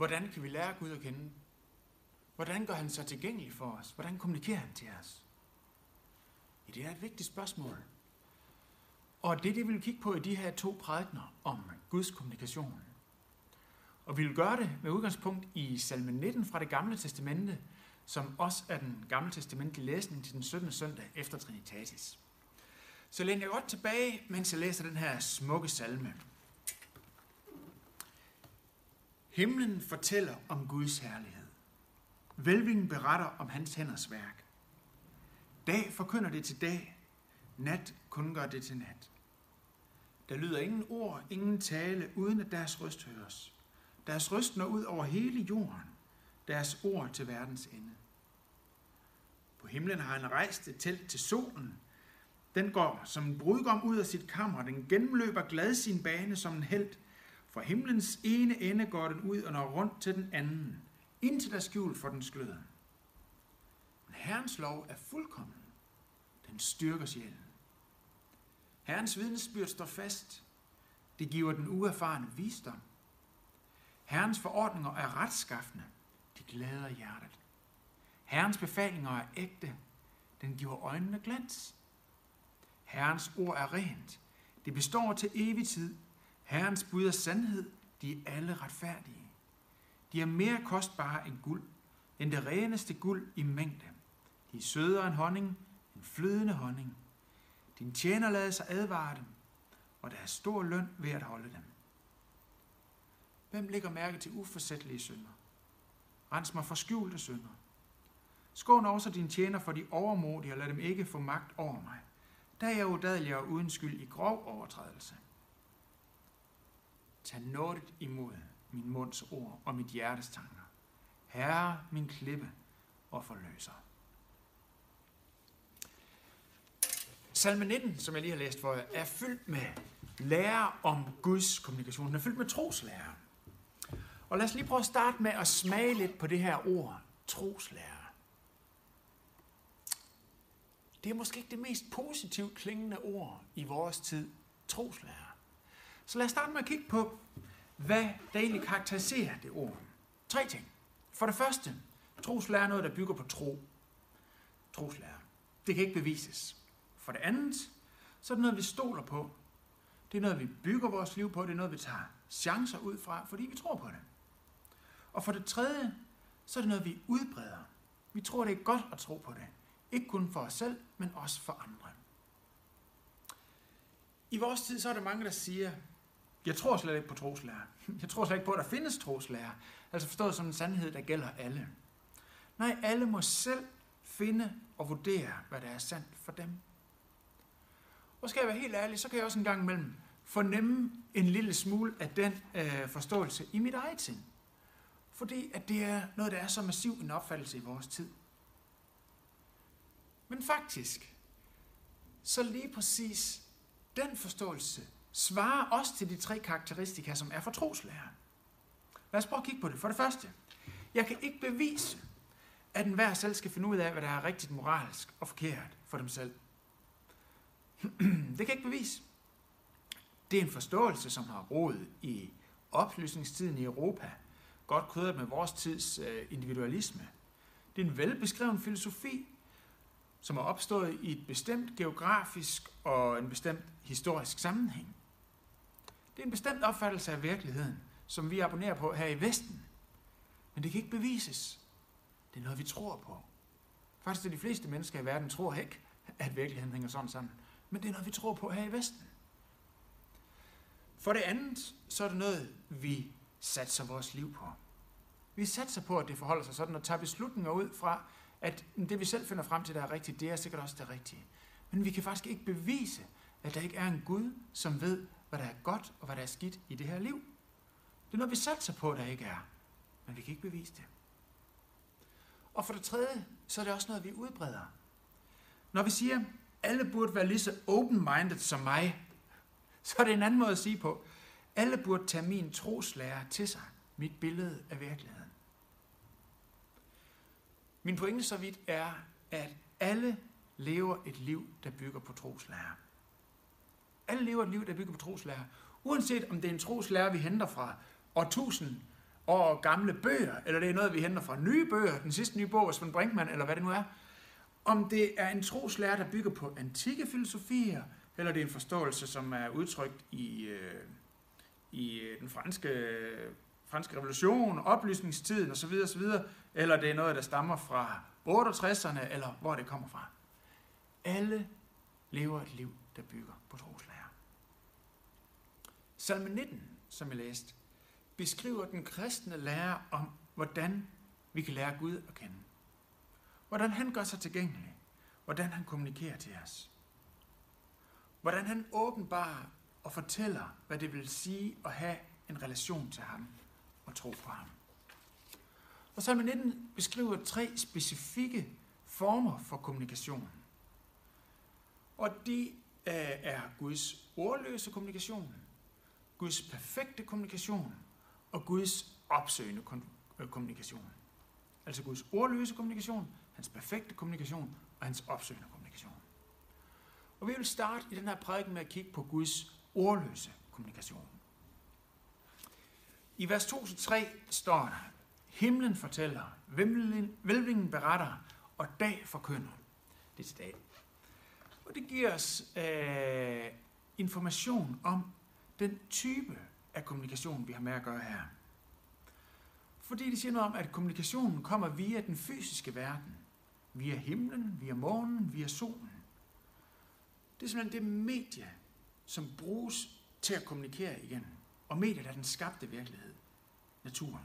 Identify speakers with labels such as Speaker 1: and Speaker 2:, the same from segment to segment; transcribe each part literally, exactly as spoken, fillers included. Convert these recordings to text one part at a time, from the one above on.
Speaker 1: Hvordan kan vi lære Gud at kende? Hvordan gør han sig tilgængelig for os? Hvordan kommunikerer han til os? Ja, det er et vigtigt spørgsmål. Og det er det, vi vil kigge på i de her to prædikener om Guds kommunikation. Og vi vil gøre det med udgangspunkt i salme nitten fra det gamle testamente, som også er den gamle testamentlige læsning til den syttende søndag efter Trinitatis. Så læn jeg godt tilbage, mens jeg læser den her smukke salme. Himlen fortæller om Guds herlighed. Hvælvingen beretter om hans hænders værk. Dag forkynder det til dag, nat kundgør det til nat. Der lyder ingen ord, ingen tale, uden at deres røst høres. Deres røst når ud over hele jorden, deres ord til verdens ende. På himlen har han rejst et telt til solen. Den går som en brudgom ud af sit kammer, den gennemløber glad sin bane som en helt. Fra himlens ene ende går den ud og når rundt til den anden, indtil der skjul for dens glød. Men Herrens lov er fuldkommen. Den styrker sjælen. Herrens vidnesbyrd står fast. Det giver den uerfarne visdom. Herrens forordninger er retskaffende. De glæder hjertet. Herrens befalinger er ægte. Den giver øjnene glans. Herrens ord er rent. Det består til evig tid. Herrens bud er sandhed. De er alle retfærdige. De er mere kostbare end guld, end det reneste guld i mængde. De er sødere end honning, end flydende honning. Din tjener lader sig advare dem, og der er stor løn ved at holde dem. Hvem lægger mærke til uforsættelige synder? Rens mig for skjulte synder. Skån også din tjener for de overmodige, og lad dem ikke få magt over mig. Der er jeg udadelig og uden skyld i grov overtrædelse. Tag nådigt imod min munds ord og mit hjertes tanker. Herre, min klippe og forløser. Salme nitten, som jeg lige har læst for jer, er fyldt med lære om Guds kommunikation. Den er fyldt med troslære. Og lad os lige prøve at starte med at smage lidt på det her ord, troslære. Det er måske ikke det mest positivt klingende ord i vores tid, troslære. Så lad os starte med at kigge på, hvad der egentlig karakteriserer det ord. Tre ting. For det første, troslære er noget, der bygger på tro. Troslære. Det kan ikke bevises. For det andet, så er det noget, vi stoler på. Det er noget, vi bygger vores liv på. Det er noget, vi tager chancer ud fra, fordi vi tror på det. Og for det tredje, så er det noget, vi udbreder. Vi tror, det er godt at tro på det. Ikke kun for os selv, men også for andre. I vores tid, så er der mange, der siger, jeg tror slet ikke på troslære. Jeg tror slet ikke på, at der findes troslære. Altså forstået som en sandhed, der gælder alle. Nej, alle må selv finde og vurdere, hvad der er sandt for dem. Og skal jeg være helt ærlig, så kan jeg også en gang imellem fornemme en lille smule af den øh, forståelse i mit eget sind. Fordi at det er noget, der er så massiv en opfattelse i vores tid. Men faktisk, så lige præcis den forståelse svarer også til de tre karakteristika, som er for troslære. Lad os prøve at kigge på det. For det første, jeg kan ikke bevise, at enhver selv skal finde ud af, hvad der er rigtigt moralsk og forkert for dem selv. Det kan jeg ikke bevise. Det er en forståelse, som har rod i oplysningstiden i Europa, godt krydret med vores tids individualisme. Det er en velbeskreven filosofi, som er opstået i et bestemt geografisk og en bestemt historisk sammenhæng. Det er en bestemt opfattelse af virkeligheden, som vi abonnerer på her i Vesten. Men det kan ikke bevises. Det er noget, vi tror på. Faktisk er de fleste mennesker i verden tror ikke, at virkeligheden hænger sådan sammen. Men det er noget, vi tror på her i Vesten. For det andet, så er det noget, vi satser vores liv på. Vi satser på, at det forholder sig sådan, og tager beslutninger ud fra, at det vi selv finder frem til, der er rigtigt, det er sikkert også det rigtige. Men vi kan faktisk ikke bevise, at der ikke er en Gud, som ved, hvad der er godt og hvad der er skidt i det her liv. Det er noget, vi satser på, der ikke er. Men vi kan ikke bevise det. Og for det tredje, så er det også noget, vi udbreder. Når vi siger, at alle burde være lige så open-minded som mig, så er det en anden måde at sige på, alle burde tage min troslære til sig, mit billede af virkeligheden. Min pointe så vidt er, at alle lever et liv, der bygger på troslære. Alle lever et liv, der bygger på troslære. Uanset om det er en troslære, vi henter fra årtusind over gamle bøger, eller det er noget, vi henter fra nye bøger, den sidste nye bog af Svend Brinkmann, eller hvad det nu er. Om det er en troslære, der bygger på antikke filosofier, eller det er en forståelse, som er udtrykt i, øh, i den franske, franske revolution, oplysningstiden osv., osv., eller det er noget, der stammer fra otteogtresserne, eller hvor det kommer fra. Alle lever et liv, der bygger på troslære. Salme nitten, som jeg læste, beskriver den kristne lære om, hvordan vi kan lære Gud at kende. Hvordan han gør sig tilgængelig. Hvordan han kommunikerer til os. Hvordan han åbenbarer og fortæller, hvad det vil sige at have en relation til ham og tro på ham. Og salme nitten beskriver tre specifikke former for kommunikation. Og de øh, er Guds ordløse kommunikation, Guds perfekte kommunikation og Guds opsøgende kommunikation. Altså Guds ordløse kommunikation, hans perfekte kommunikation og hans opsøgende kommunikation. Og vi vil starte i den her prædiken med at kigge på Guds ordløse kommunikation. I vers to til tre står der: himlen fortæller, hvælvingen beretter, og dag forkynder. Det er til dag. Og det giver os øh, information om den type af kommunikation, vi har med at gøre her. Fordi det siger noget om, at kommunikationen kommer via den fysiske verden. Via himlen, via månen, via solen. Det er simpelthen det medie, som bruges til at kommunikere igen. Og mediet er den skabte virkelighed. Naturen.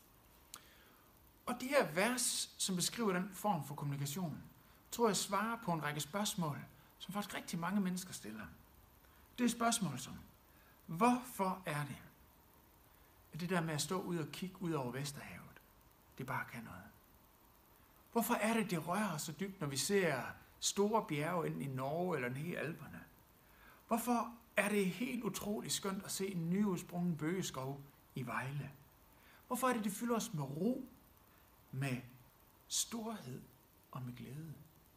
Speaker 1: Og de her vers, som beskriver den form for kommunikation, tror jeg svarer på en række spørgsmål, som faktisk rigtig mange mennesker stiller. Det er spørgsmål som: hvorfor er det, at det der med at stå ud og kigge ud over Vesterhavet, det bare kan noget? Hvorfor er det, det rører os så dybt, når vi ser store bjerge enten i Norge eller nede i Alperne? Hvorfor er det helt utroligt skønt at se en nyudsprungen bøgeskov i Vejle? Hvorfor er det, det fylder os med ro, med storhed og med glæde?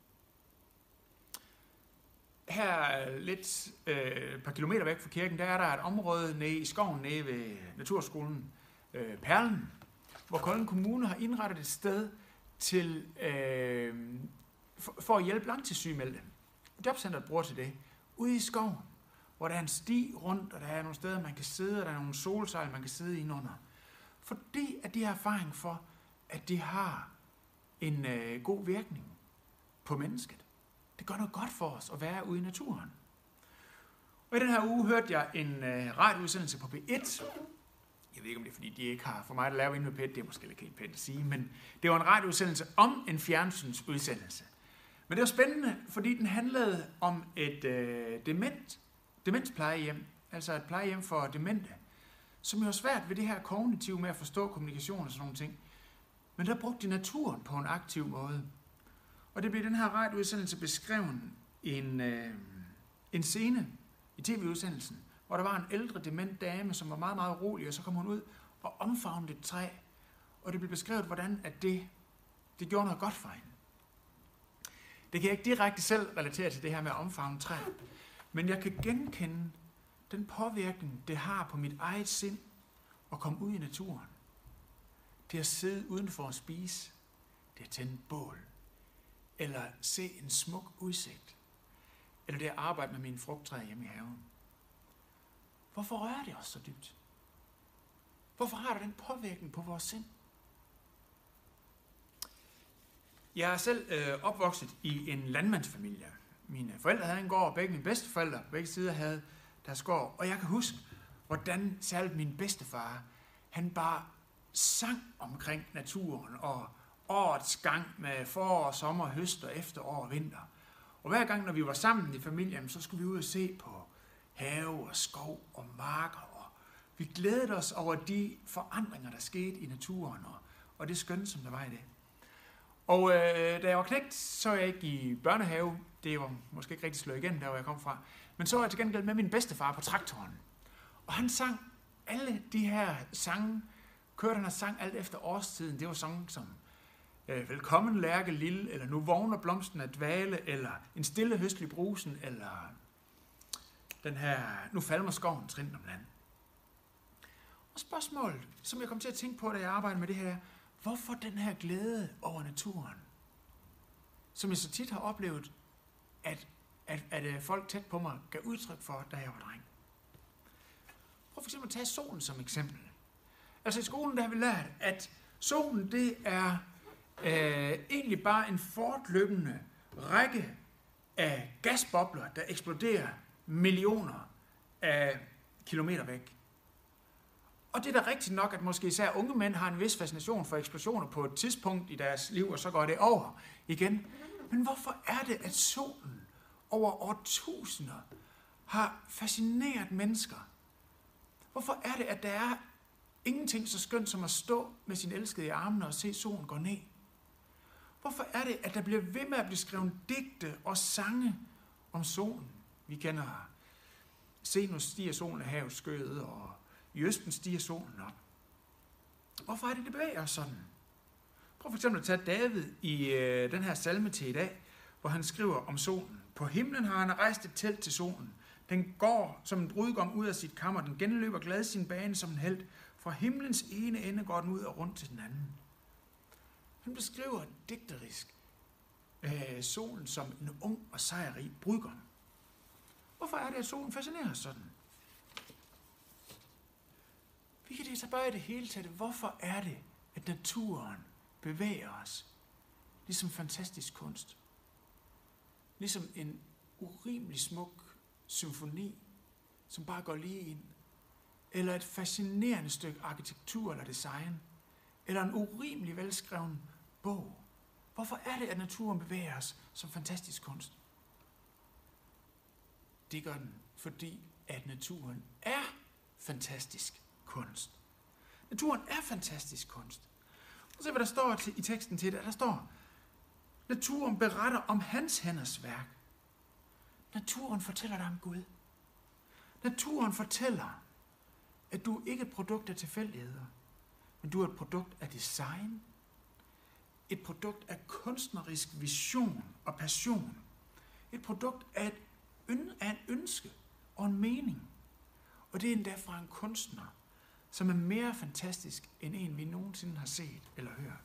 Speaker 1: Her lidt øh, et par kilometer væk fra kirken, der er der et område nede i skoven, nede ved Naturskolen øh, Perlen, hvor Kolding Kommune har indrettet et sted til, øh, for, for at hjælpe langtidssygemeldte. Jobcentret bruger til det. Ude i skoven, hvor der er en sti rundt, og der er nogle steder, man kan sidde, og der er nogle solsejl, man kan sidde indenunder. Fordi at de har erfaring for, at de har en øh, god virkning på mennesket. Det gør noget godt for os at være ude i naturen. Og i den her uge hørte jeg en øh, radioudsendelse på P et. Jeg ved ikke, om det er, fordi de ikke har for mig at lave inde på P et. Det er måske ikke helt pænt at sige, men det var en radioudsendelse om en fjernsynsudsendelse. Men det var spændende, fordi den handlede om et øh, dement, demensplejehjem, altså et plejehjem for demente, som jo er svært ved det her kognitive med at forstå kommunikation og sådan nogle ting. Men der brugte de naturen på en aktiv måde. Og det blev den her radioudsendelse beskrevet en, øh, en scene i tv-udsendelsen, hvor der var en ældre dement dame, som var meget, meget rolig, og så kom hun ud og omfavnede et træ. Og det blev beskrevet, hvordan at det, det gjorde noget godt for hende. Det kan jeg ikke direkte selv relatere til det her med at omfavne træ, men jeg kan genkende den påvirkning, det har på mit eget sind at komme ud i naturen. Det at sidde udenfor og spise, det at tænde bål, eller se en smuk udsigt, eller det at arbejde med mine frugttræer hjemme i haven. Hvorfor rører det os så dybt? Hvorfor har det den påvirkning på vores sind? Jeg er selv øh, opvokset i en landmandsfamilie. Mine forældre havde en gård, og begge mine bedsteforældre på begge sider havde deres gård. Og jeg kan huske, hvordan særligt min bedstefar, han bare sang omkring naturen og årets gang med forår, sommer, høst og efterår og vinter. Og hver gang, når vi var sammen i familien, så skulle vi ud og se på have og skov og marker. Og vi glædede os over de forandringer, der skete i naturen og, og det skønne, som der var i det. Og øh, da jeg var knægt, så var jeg ikke i børnehave. Det var måske ikke rigtig slået igen, der hvor jeg kom fra. Men så var jeg til gengæld med min bedstefar på traktoren. Og han sang alle de her sange. Kørte han og sang alt efter årstiden. Det var sange som øh, Velkommen lærke lille, eller Nu vågner blomsten at dvale, eller En stille høstlig brusen, eller den her Nu falmer skoven trin om land. Og spørgsmålet, som jeg kom til at tænke på, da jeg arbejdede med det her, er, hvorfor den her glæde over naturen, som jeg så tit har oplevet, at, at, at folk tæt på mig gav udtryk for, da jeg var dreng. Prøv for eksempel at tage solen som eksempel. Altså i skolen, der har vi lært, at solen, det er øh, egentlig bare en fortløbende række af gasbobler, der eksploderer millioner af kilometer væk. Og det er da rigtigt nok, at måske især unge mænd har en vis fascination for eksplosioner på et tidspunkt i deres liv, og så går det over igen. Men hvorfor er det, at solen over årtusinder har fascineret mennesker? Hvorfor er det, at der er ingenting så skønt som at stå med sin elskede i armene og se solen gå ned? Hvorfor er det, at der bliver ved med at blive skrevet digte og sange om solen? Vi kender, se nu stiger solen af havets skøde, og i østen stiger solen op. Hvorfor er det, det bevæger os sådan? Prøv for eksempel at tage David i øh, den her salme til i dag, hvor han skriver om solen. På himlen har han rejst et telt til solen. Den går som en brudgom ud af sit kammer. Den genløber glad sin bane som en helt. Fra himlens ene ende går den ud og rundt til den anden. Han beskriver digterisk øh, solen som en ung og sejrrig brudgom. Hvorfor er det, at solen fascinerer os sådan? Vi kan det så bare i det hele taget. Hvorfor er det, at naturen bevæger os? Ligesom fantastisk kunst. Ligesom en urimelig smuk symfoni, som bare går lige ind. Eller et fascinerende stykke arkitektur eller design. Eller en urimelig velskreven bog. Hvorfor er det, at naturen bevæger os som fantastisk kunst? Det gør den, fordi at naturen er fantastisk kunst. Naturen er fantastisk kunst. Og se, hvad der står til, i teksten til det. Der står, naturen beretter om hans hænders værk. Naturen fortæller dig om Gud. Naturen fortæller, at du ikke er et produkt af tilfældigheder, men du er et produkt af design, et produkt af kunstnerisk vision og passion, et produkt af, et øn- af en ønske og en mening. Og det er endda fra en kunstner, som er mere fantastisk end en, vi nogensinde har set eller hørt.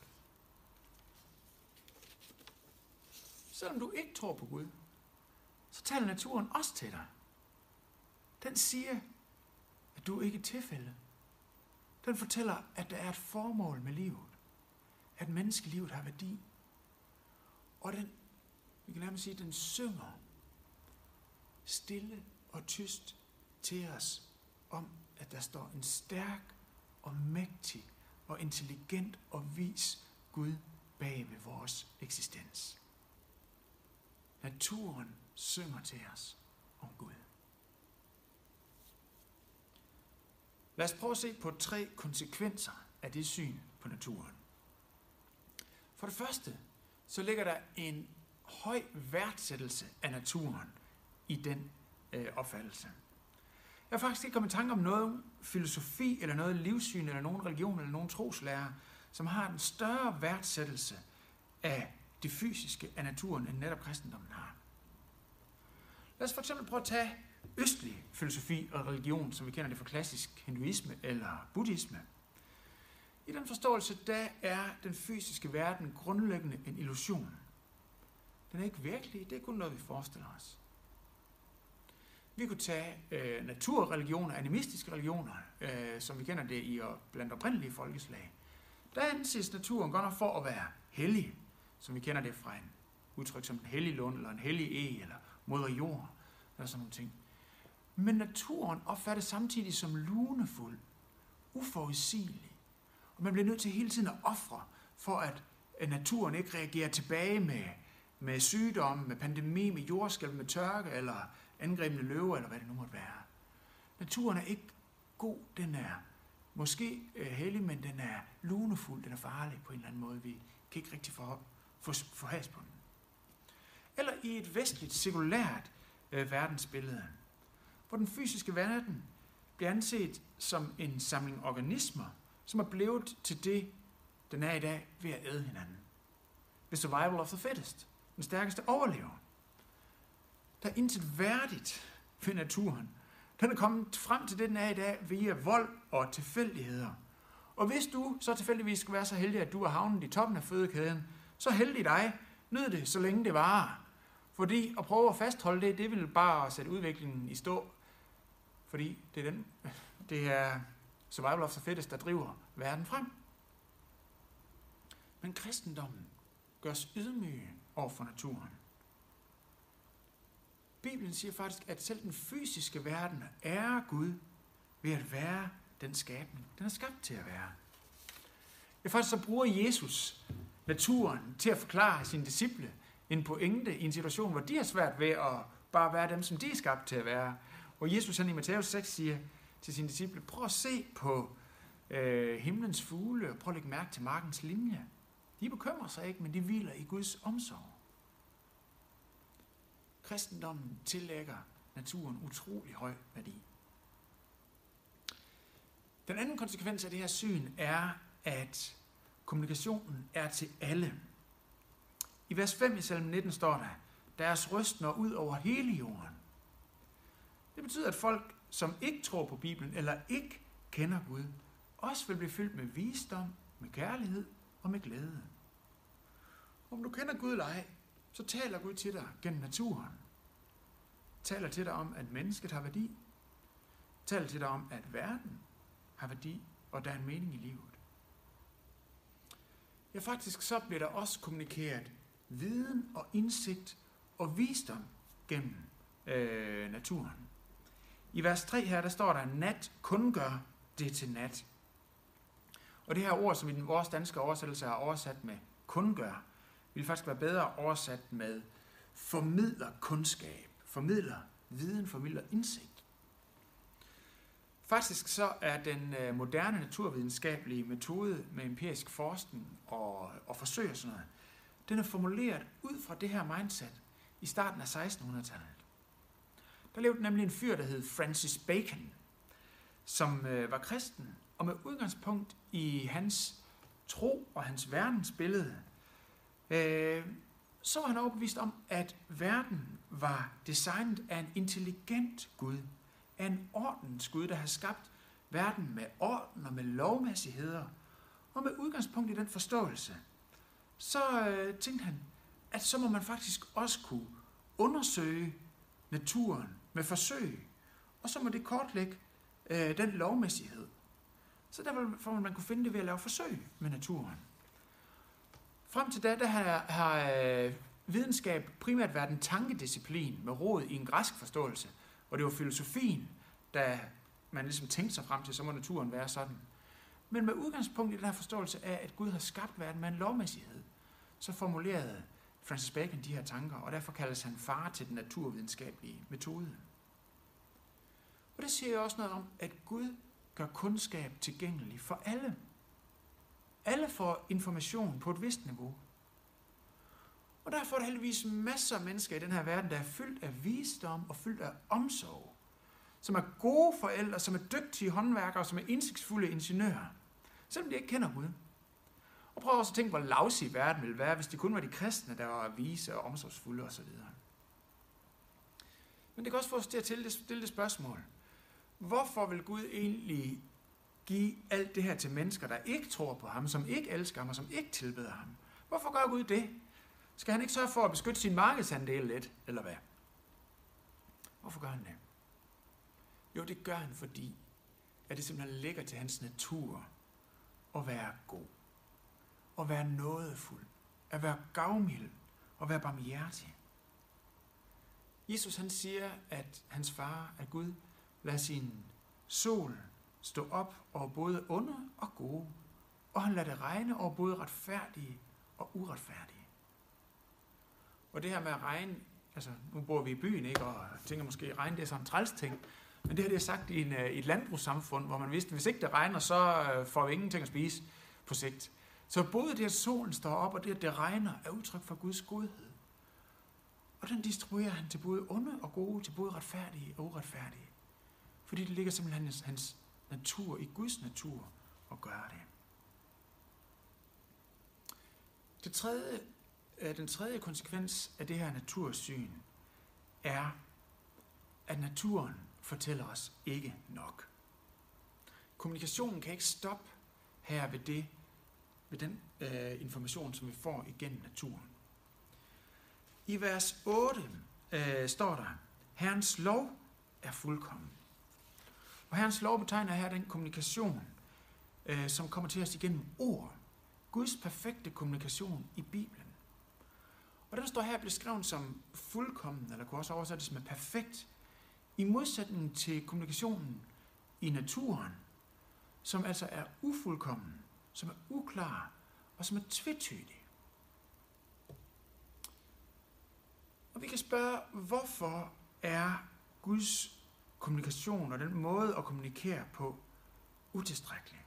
Speaker 1: Selvom du ikke tror på Gud, så taler naturen også til dig. Den siger, at du ikke er tilfælde. Den fortæller, at der er et formål med livet. At menneskelivet har værdi. Og den, vi kan nærmest sige, at den synger stille og tyst til os om, at der står en stærk og mægtig og intelligent og vis Gud bag ved vores eksistens. Naturen synger til os om Gud. Lad os prøve at se på tre konsekvenser af det syn på naturen. For det første, så ligger der en høj værdsættelse af naturen i den øh, opfattelse. Jeg har faktisk ikke kommet i tanke om noget filosofi, eller noget livssyn, eller nogen religion, eller nogen troslærer, som har en større værdsættelse af det fysiske af naturen, end netop kristendommen har. Lad os for eksempel prøve at tage østlig filosofi og religion, som vi kender det fra klassisk hinduisme eller buddhisme. I den forståelse, der er den fysiske verden grundlæggende en illusion. Den er ikke virkelig, det er kun noget, vi forestiller os. Vi kunne tage øh, naturreligioner, animistiske religioner, øh, som vi kender det i og blandt oprindelige folkeslag. Der anses naturen godt nok for at være hellig, som vi kender det fra en udtryk som en hellig lund, eller en hellig eg, eller moder jord, eller sådan nogle ting. Men naturen opfattes samtidig som lunefuld, uforudsigelig. Og man bliver nødt til hele tiden at ofre, for at naturen ikke reagerer tilbage med, med sygdomme, med pandemi, med jordskælv, med tørke, eller angrebne løver, eller hvad det nu måtte være. Naturen er ikke god, den er måske øh, hellig, men den er lunefuld, den er farlig på en eller anden måde. Vi kan ikke rigtig få, få, få has på den. Eller i et vestligt, sekulært øh, verdensbillede, hvor den fysiske verden bliver anset som en samling organismer, som er blevet til det, den er i dag, ved at æde hinanden. The survival of the fittest. Den stærkeste overlever. Der er intet værdigt ved naturen, Den er kommet frem til det, den er i dag, via vold og tilfældigheder. Og hvis du så tilfældigvis skal være så heldig, at du er havnet i toppen af fødekæden, så heldig dig, nyd det, så længe det varer. Fordi at prøve at fastholde det, det vil bare sætte udviklingen i stå. Fordi det er, den, det er survival of the fittest, der driver verden frem. Men kristendommen gør os ydmyge over for naturen. Bibelen siger faktisk, at selv den fysiske verden er Gud ved at være den skabning, den er skabt til at være. Ja, faktisk så bruger Jesus naturen til at forklare sine disciple en pointe i en situation, hvor de har svært ved at bare være dem, som de er skabt til at være. Og Jesus han i Matthæus seks siger til sine disciple, prøv at se på øh, himlens fugle, og prøv at lægge mærke til markens linje. De bekymrer sig ikke, men de hviler i Guds omsorg. Kristendommen tillægger naturen utrolig høj værdi. Den anden konsekvens af det her syn er, at kommunikationen er til alle. I vers fem i salme nitten står der, deres røst når ud over hele jorden. Det betyder, at folk, som ikke tror på Bibelen eller ikke kender Gud, også vil blive fyldt med visdom, med kærlighed og med glæde. Om du kender Gud eller ej, så taler Gud til dig gennem naturen. Taler til dig om, at mennesket har værdi. Taler til dig om, at verden har værdi, og der er en mening i livet. Ja, faktisk så bliver der også kommunikeret viden og indsigt og visdom gennem øh, naturen. I vers tre her, der står der, nat kun gør det til nat. Og det her ord, som i den vores danske oversættelse er oversat med kun gør, vil faktisk være bedre oversat med formidler kundskab, formidler viden, formidler indsigt. Faktisk så er den moderne naturvidenskabelige metode med empirisk forskning og, og forsøg og sådan noget, den er formuleret ud fra det her mindset i starten af sekstenhundredetallet. Der levede nemlig en fyr, der hed Francis Bacon, som øh, var kristen, og med udgangspunkt i hans tro og hans verdensbillede, øh, så var han overbevist om, at verden var designet af en intelligent Gud, af en ordens Gud, der har skabt verden med orden og med lovmæssigheder. Og med udgangspunkt i den forståelse, så øh, tænkte han, at så må man faktisk også kunne undersøge naturen med forsøg, og så må det kortlægge øh, den lovmæssighed. Så derfor må man kunne finde det ved at lave forsøg med naturen. Frem til da, der har, har øh, videnskab primært været en tankedisciplin med rod i en græsk forståelse, og det var filosofien, da man ligesom tænkte sig frem til, så må naturen være sådan. Men med udgangspunkt i den her forståelse af, at Gud har skabt verden med en lovmæssighed, så formulerede Francis Bacon de her tanker, og derfor kaldes han far til den naturvidenskabelige metode. Og det siger jo også noget om, at Gud gør kundskab tilgængelig for alle. Alle får information på et vist niveau. Og derfor er der heldigvis masser af mennesker i den her verden, der er fyldt af visdom og fyldt af omsorg. Som er gode forældre, som er dygtige håndværkere, som er indsigtsfulde ingeniører. Selvom de ikke kender Gud. Og prøv også at tænke, hvor lavsig verden ville være, hvis det kun var de kristne, der var vise og omsorgsfulde osv. Men det kan også få os til at stille det spørgsmål. Hvorfor vil Gud egentlig give alt det her til mennesker, der ikke tror på ham, som ikke elsker ham og som ikke tilbeder ham? Hvorfor gør Gud det? Skal han ikke sørge for at beskytte sin markedsandel lidt, eller hvad? Hvorfor gør han det? Jo, det gør han, fordi at det simpelthen ligger til hans natur at være god, at være nådefuld, at være gavmild og være barmhjertig. Jesus han siger, at hans far, at Gud, lader sin sol stå op over både onde og gode, og han lader det regne over både retfærdige og uretfærdige. Og det her med at regne, altså nu bor vi i byen, ikke, og tænker måske, at regne det er sådan en træls ting, men det her det er sagt i, en, i et landbrugssamfund, hvor man vidste, at hvis ikke det regner, så får vi ingenting at spise på sigt. Så både det, at solen står op, og det, at det regner, er udtryk for Guds godhed. Og den distribuerer han til både onde og gode, til både retfærdige og uretfærdige. Fordi det ligger simpelthen hans, hans natur, i Guds natur, at gøre det. Det tredje, den tredje konsekvens af det her natursyn er, at naturen fortæller os ikke nok. Kommunikationen kan ikke stoppe her ved, det, ved den øh, information, som vi får igennem naturen. I vers otte øh, står der, Herrens lov er fuldkommen. Og Herrens lov betegner her den kommunikation, øh, som kommer til os igennem ord. Guds perfekte kommunikation i Bibelen. Og den står her beskrevet som fuldkommen, eller kunne også oversættes med perfekt, i modsætning til kommunikationen i naturen, som altså er ufuldkommen, som er uklar og som er tvetydig. Og vi kan spørge, hvorfor er Guds kommunikation og den måde at kommunikere på utilstrækkelig?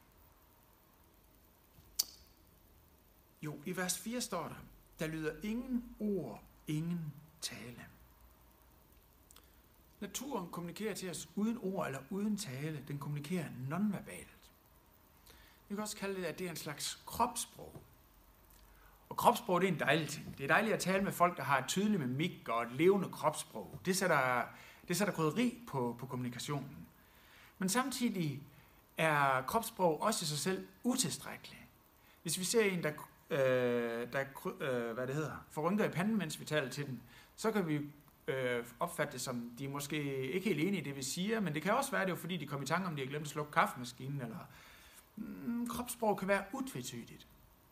Speaker 1: Jo, i vers fire står der, der lyder ingen ord, ingen tale. Naturen kommunikerer til os uden ord eller uden tale. Den kommunikerer nonverbalt. Vi kan også kalde det, at det er en slags kropssprog. Og kropssprog, det er en dejlig ting. Det er dejligt at tale med folk, der har et tydeligt mimik og et levende kropssprog. Det sætter, det sætter krydderi på, på kommunikationen. Men samtidig er kropssprog også i sig selv utilstrækkelig. Hvis vi ser en, der, øh, der øh, hvad det hedder, får rynker i panden, mens vi taler til den, så kan vi øh, opfatte det som, de er måske ikke helt enige i det, vi siger, men det kan også være, det er jo, fordi de kom i tanke om, de har glemt at slukke kaffemaskinen, eller mm, kropssprog kan være utvetydigt.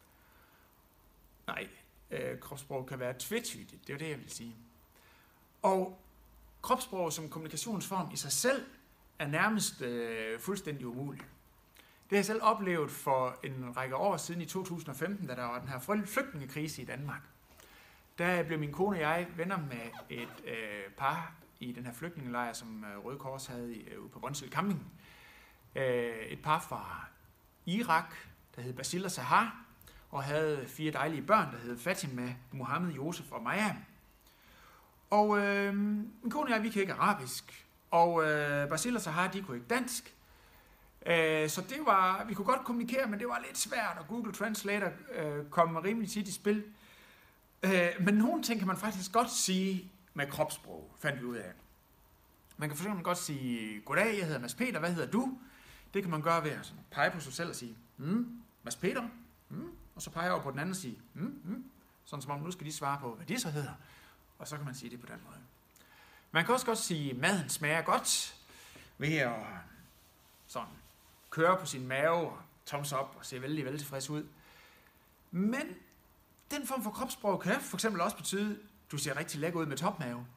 Speaker 1: Nej, øh, kropssprog kan være tvetydigt, det er det, jeg vil sige. Og kropssprog som kommunikationsform i sig selv er nærmest øh, fuldstændig umuligt. Det har jeg selv oplevet for en række år siden i to tusind og femten, da der var den her flygtningekrise i Danmark. Der blev min kone og jeg venner med et øh, par i den her flygtningelejr, som øh, Røde Kors havde øh, ude på Brøndsø Camping. Øh, et par fra Irak, der hed Basil og Sahar, og havde fire dejlige børn, der hed Fatima, Mohammed, Josef og Maja. Og øh, min kone og jeg, vi kan ikke arabisk, og øh, Basil og Sahar, de kunne ikke dansk. Øh, så det var, vi kunne godt kommunikere, men det var lidt svært, og Google Translator øh, kom rimelig tit i spil. Øh, men nogle ting kan man faktisk godt sige med kropssprog, fandt vi ud af. Man kan for eksempel godt sige, goddag, jeg hedder Mads Peter, hvad hedder du? Det kan man gøre ved at pege på sig selv og sige, mm, Mads Peter, mm, og så peger jeg over på den anden og sige, mm, mm, sådan som om nu skal de svare på, hvad de så hedder. Og så kan man sige det på den måde. Man kan også godt sige, maden smager godt, ved at sådan, køre på sin mave og thumbs up og se vældig, vældig tilfreds ud. Men den form for kropssprog kan for eksempel også betyde, du ser rigtig lækker ud med topmave.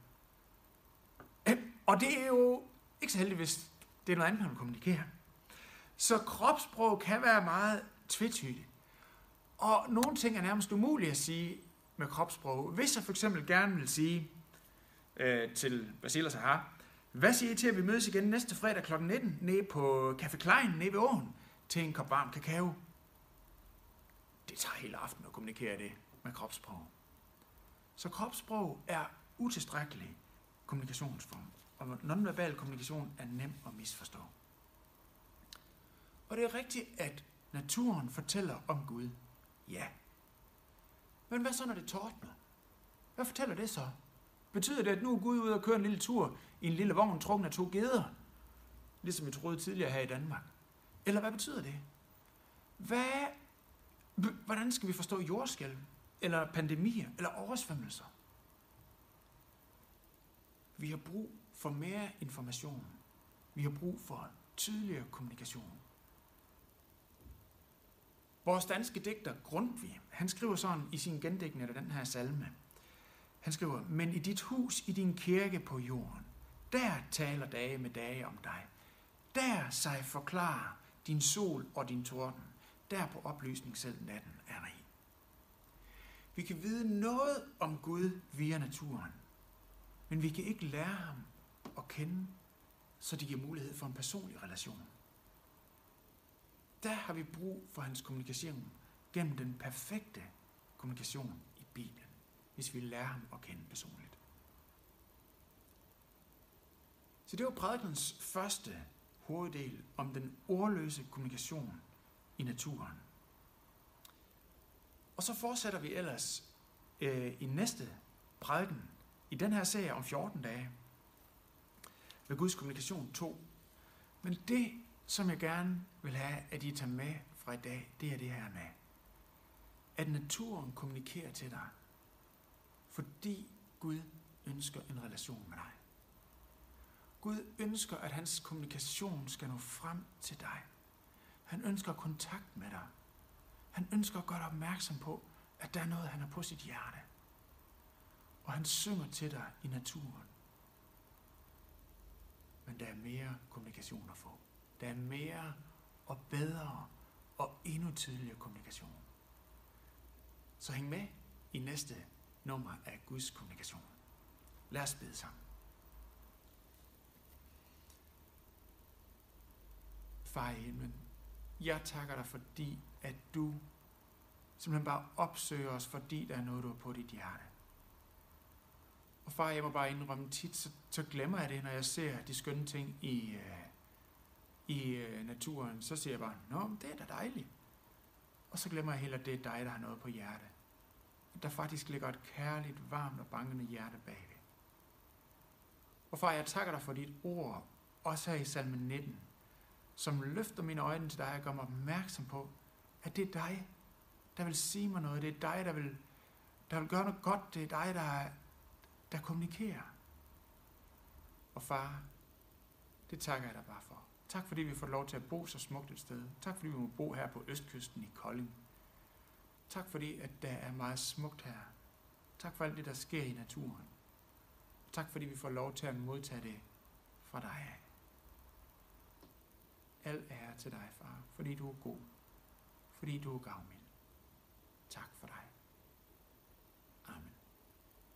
Speaker 1: Og det er jo ikke så heldigt, hvis det er noget andet, man kommunikerer. Så kropssprog kan være meget tvetydigt. Og nogle ting er nærmest umulige at sige med kropssprog. Hvis jeg for eksempel gerne vil sige øh, til Basil og Sahar, hvad siger I til, at vi mødes igen næste fredag klokken nitten nede på Café Klein nede ved åen til en kop varm kakao? Det tager hele aften at kommunikere det med kropssprog. Så kropssprog er utilstrækkelig kommunikationsform, og nonverbal kommunikation er nem at misforstå. Og det er rigtigt, at naturen fortæller om Gud. Ja. Men hvad så, når det tordner? Hvad fortæller det så? Betyder det, at nu er Gud ude og køre en lille tur i en lille vogn trukken af to geder? Ligesom vi troede tidligere her i Danmark. Eller hvad betyder det? Hvad, hvordan skal vi forstå jordskælv? Eller pandemier? Eller oversvømmelser? Vi har brug for mere information. Vi har brug for tydeligere kommunikation. Vores danske digter Grundtvig, han skriver sådan i sin gendigtning af den her salme. Han skriver, men i dit hus, i din kirke på jorden, der taler dage med dage om dig. Der sig forklarer din sol og din torden. Der på oplysning selv natten er rig. Vi kan vide noget om Gud via naturen, men vi kan ikke lære ham at kende, så det giver mulighed for en personlig relation. Der har vi brug for hans kommunikation gennem den perfekte kommunikation i Bibelen, hvis vi lærer ham at kende personligt. Så det var prædikenens første hoveddel om den ordløse kommunikation i naturen. Og så fortsætter vi ellers øh, i næste prædiken i den her serie om fjorten dage med Guds kommunikation to. Men det, som jeg gerne vil have, at I tager med fra i dag, det er det her med, at naturen kommunikerer til dig, fordi Gud ønsker en relation med dig. Gud ønsker, at hans kommunikation skal nå frem til dig. Han ønsker kontakt med dig. Han ønsker at gøre dig opmærksom på, at der er noget, han har på sit hjerte. Og han synger til dig i naturen. Men der er mere kommunikation at få. Der er mere og bedre og endnu tydeligere kommunikation. Så hæng med i næste nummer af Guds kommunikation. Lad os bede sammen. Far i himlen, jeg takker dig, fordi at du simpelthen bare opsøger os, fordi der er noget, du har på dit hjerte. Og far, jeg må bare indrømme tit, så, så glemmer jeg det, når jeg ser de skønne ting i, øh, i øh, naturen. Så siger jeg bare, nå, det er da dejligt. Og så glemmer jeg heller, at det er dig, der har noget på hjerte. At der faktisk ligger et kærligt, varmt og bankende hjerte bagved. Og far, jeg takker dig for dit ord, også her i salme nitten, som løfter mine øjne til dig og gør mig opmærksom på, at det er dig, der vil sige mig noget. Det er dig, der vil, der vil gøre noget godt. Det er dig, der, der kommunikerer. Og far, det takker jeg dig bare for. Tak fordi vi får lov til at bo så smukt et sted. Tak fordi vi må bo her på østkysten i Kolding. Tak fordi at der er meget smukt her. Tak for alt det, der sker i naturen. Tak fordi vi får lov til at modtage det fra dig af. Al ære til dig, far, fordi du er god. Fordi du er gavmild. Tak for dig.